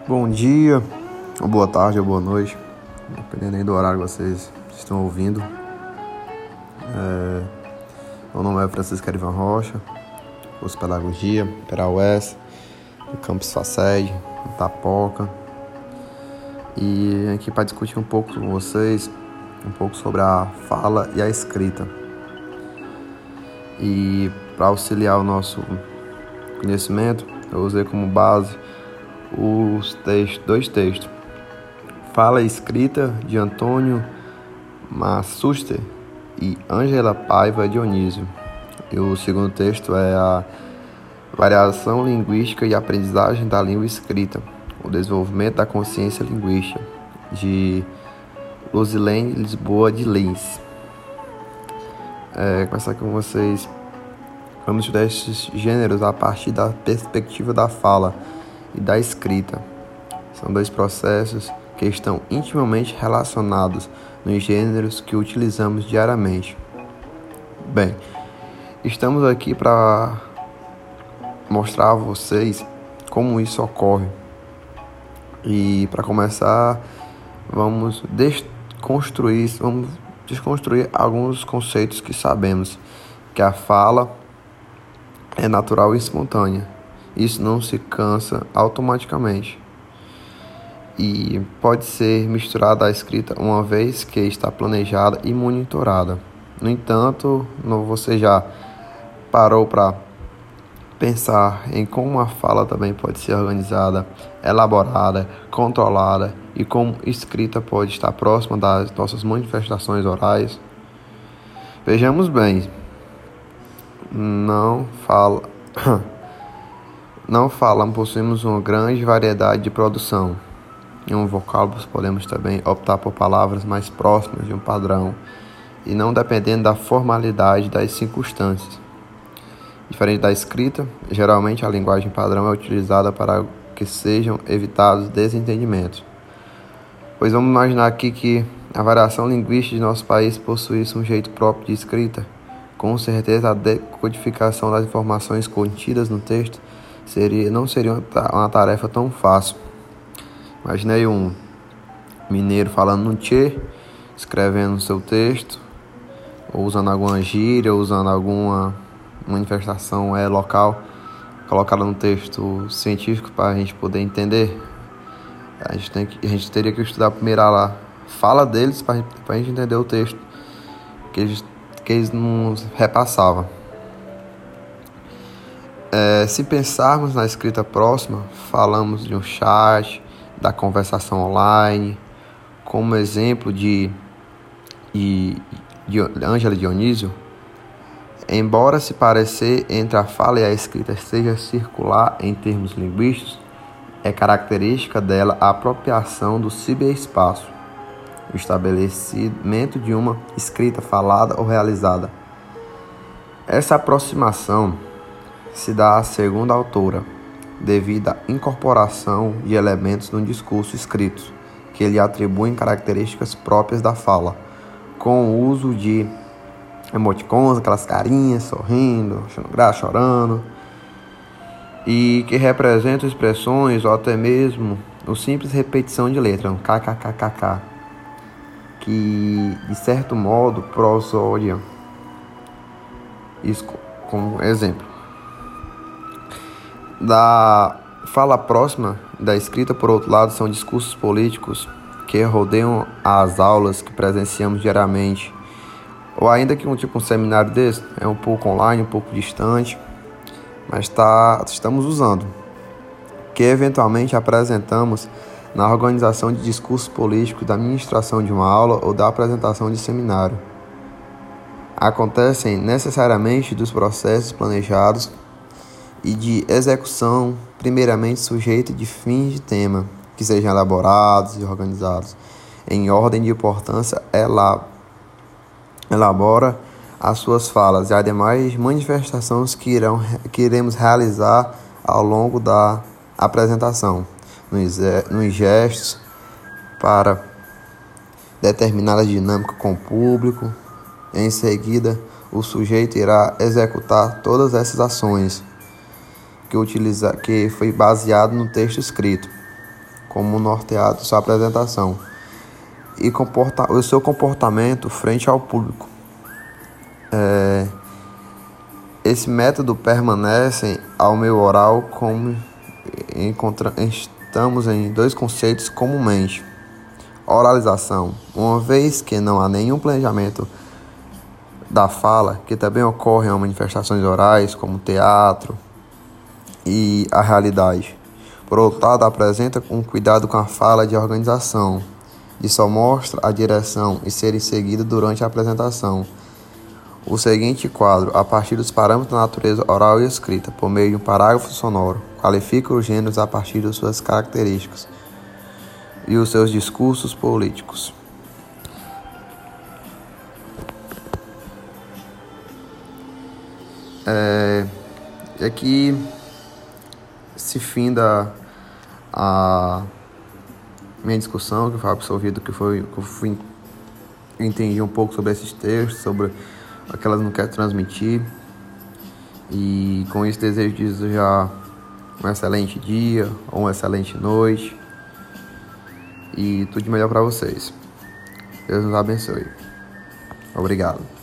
Bom dia, ou boa tarde, ou boa noite, dependendo aí do horário que vocês estão ouvindo. Meu nome é Francisco Erivan Rocha, curso Pedagogia, pela UES, no campus Faced, em Itapoca. E aqui para discutir um pouco com vocês, um pouco sobre a fala e a escrita. E para auxiliar o nosso conhecimento, eu usei como base dois textos. Fala e Escrita, de Antônio Massuster e Ângela Paiva Dionísio. E o segundo texto é a Variação Linguística e Aprendizagem da Língua Escrita, o Desenvolvimento da Consciência Linguística, de Luzilene Lisboa de Lins. Começar com vocês. Vamos estudar esses gêneros a partir da perspectiva da fala e da escrita. São dois processos que estão intimamente relacionados nos gêneros que utilizamos diariamente. Bem, estamos aqui para mostrar a vocês como isso ocorre. E para começar, vamos desconstruir alguns conceitos que sabemos, que a fala é natural e espontânea. Isso não se cansa automaticamente e pode ser misturada à escrita uma vez que está planejada e monitorada. No entanto, você já parou para pensar em como a fala também pode ser organizada, elaborada, controlada e como escrita pode estar próxima das nossas manifestações orais? Vejamos bem, não possuímos uma grande variedade de produção. Em um vocábulo podemos também optar por palavras mais próximas de um padrão e não dependendo da formalidade das circunstâncias. Diferente da escrita, geralmente a linguagem padrão é utilizada para que sejam evitados desentendimentos. Pois vamos imaginar aqui que a variação linguística de nosso país possuísse um jeito próprio de escrita. Com certeza a decodificação das informações contidas no texto não seria uma tarefa tão fácil. Imaginei um mineiro falando no tchê, escrevendo seu texto, ou usando alguma gíria, ou usando alguma manifestação local, colocada no texto científico para a gente poder entender. A gente teria que estudar primeiro a fala deles para a gente entender o texto que eles nos repassavam. Se pensarmos na escrita próxima, falamos de um chat, da conversação online, como exemplo de Ângela Dionísio. Embora se parecer entre a fala e a escrita seja circular em termos linguísticos, é característica dela a apropriação do ciberespaço, o estabelecimento de uma escrita falada ou realizada. Essa aproximação se dá à segunda autora, devido à incorporação de elementos no discurso escrito, que lhe atribuem características próprias da fala, com o uso de emoticons, aquelas carinhas, sorrindo, achando graça, chorando, e que representam expressões ou até mesmo o simples repetição de letra, um kkkk, que de certo modo prosodiam. Isso como exemplo. Da fala próxima da escrita, por outro lado, são discursos políticos que rodeiam as aulas que presenciamos diariamente, ou ainda que um seminário desse é um pouco online, um pouco distante, mas estamos usando, que eventualmente apresentamos na organização de discursos políticos, da ministração de uma aula ou da apresentação de seminário. Acontecem necessariamente dos processos planejados e de execução, primeiramente sujeito de fins de tema, que sejam elaborados e organizados em ordem de importância. Elabora as suas falas e as demais manifestações que iremos realizar ao longo da apresentação, nos gestos, para determinada dinâmica com o público. Em seguida, o sujeito irá executar todas essas ações que foi baseado no texto escrito. como norteado sua apresentação e o seu comportamento frente ao público. Esse método permanece ao meio oral como estamos em dois conceitos comumente. Oralização, uma vez que não há nenhum planejamento da fala, que também ocorrem em manifestações orais, como teatro e a realidade. Por outro lado, apresenta um cuidado com a fala de organização, e só mostra a direção e ser seguido durante a apresentação. O seguinte quadro, a partir dos parâmetros da natureza oral e escrita, por meio de um parágrafo sonoro, qualifica os gêneros a partir de suas características e os seus discursos políticos. E aqui se finda a minha discussão, que foi absorvido, que eu entendi um pouco sobre esses textos, sobre aquelas que não quero transmitir. E com isso desejo desejar um excelente dia ou uma excelente noite e tudo de melhor para vocês. Deus nos abençoe. Obrigado.